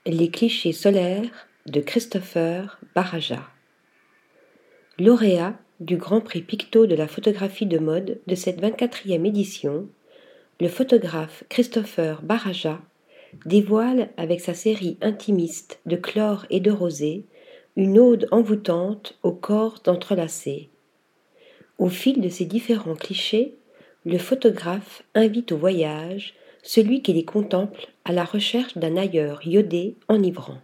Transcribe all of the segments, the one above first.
Les clichés solaires de Christopher Baraja. Lauréat du Grand Prix Pictot de la photographie de mode de cette 24e édition, le photographe Christopher Baraja dévoile avec sa série intimiste de chlore et de rosée une ode envoûtante aux corps entrelacés. Au fil de ces différents clichés, le photographe invite au voyage celui qui les contemple à la recherche d'un ailleurs iodé enivrant.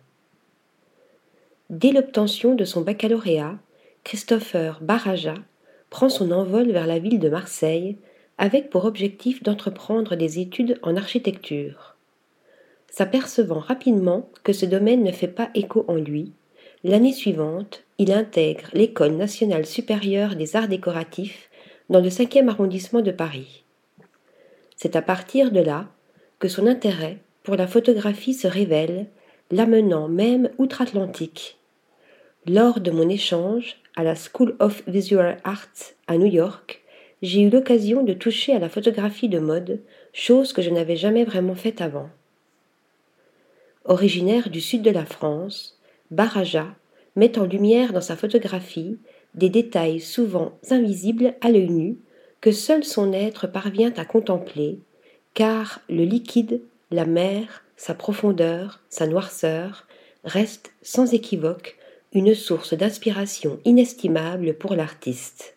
Dès l'obtention de son baccalauréat, Christopher Baraja prend son envol vers la ville de Marseille avec pour objectif d'entreprendre des études en architecture. S'apercevant rapidement que ce domaine ne fait pas écho en lui, l'année suivante, il intègre l'École nationale supérieure des arts décoratifs dans le 5e arrondissement de Paris. C'est à partir de là que son intérêt pour la photographie se révèle, l'amenant même outre-Atlantique. Lors de mon échange à la School of Visual Arts à New York, j'ai eu l'occasion de toucher à la photographie de mode, chose que je n'avais jamais vraiment faite avant. Originaire du sud de la France, Baraja met en lumière dans sa photographie des détails souvent invisibles à l'œil nu que seul son être parvient à contempler, car le liquide, la mer, sa profondeur, sa noirceur, restent sans équivoque une source d'inspiration inestimable pour l'artiste.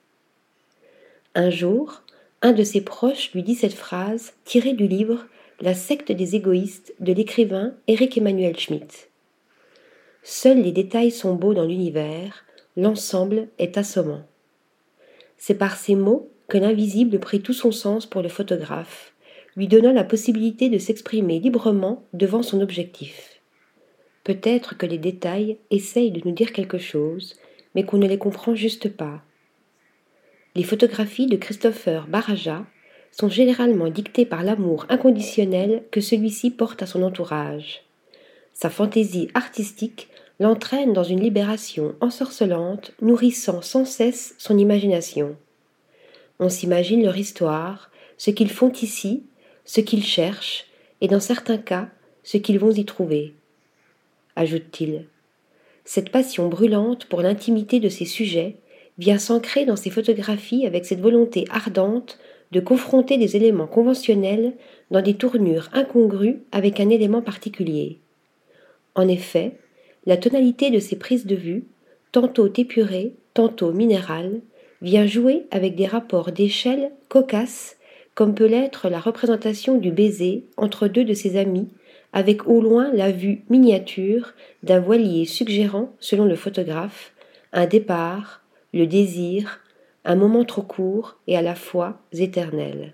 Un jour, un de ses proches lui dit cette phrase tirée du livre « La secte des égoïstes » de l'écrivain Éric Emmanuel Schmitt. Seuls les détails sont beaux dans l'univers, l'ensemble est assommant. C'est par ces mots que l'invisible prit tout son sens pour le photographe, lui donnant la possibilité de s'exprimer librement devant son objectif. Peut-être que les détails essayent de nous dire quelque chose, mais qu'on ne les comprend juste pas. Les photographies de Christopher Baraja sont généralement dictées par l'amour inconditionnel que celui-ci porte à son entourage. Sa fantaisie artistique l'entraîne dans une libération ensorcelante, nourrissant sans cesse son imagination. On s'imagine leur histoire, ce qu'ils font ici, ce qu'ils cherchent, et dans certains cas, ce qu'ils vont y trouver. Ajoute-t-il. Cette passion brûlante pour l'intimité de ses sujets vient s'ancrer dans ses photographies avec cette volonté ardente de confronter des éléments conventionnels dans des tournures incongrues avec un élément particulier. En effet, la tonalité de ses prises de vue, tantôt épurée, tantôt minérale, vient jouer avec des rapports d'échelle cocasses, comme peut l'être la représentation du baiser entre deux de ses amis, avec au loin la vue miniature d'un voilier suggérant, selon le photographe, un départ, le désir, un moment trop court et à la fois éternel.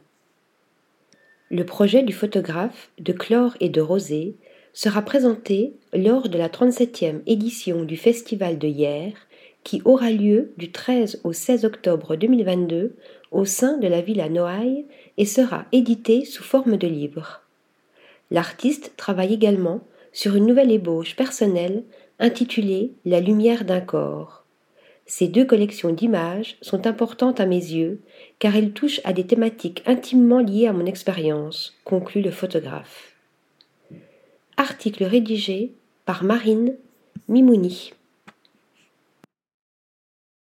Le projet du photographe de chlore et de rosée sera présenté lors de la 37e édition du Festival de Hyères qui aura lieu du 13 au 16 octobre 2022 au sein de la Villa Noailles et sera édité sous forme de livre. L'artiste travaille également sur une nouvelle ébauche personnelle intitulée « La lumière d'un corps ». Ces deux collections d'images sont importantes à mes yeux car elles touchent à des thématiques intimement liées à mon expérience, conclut le photographe. Article rédigé par Marine Mimouni.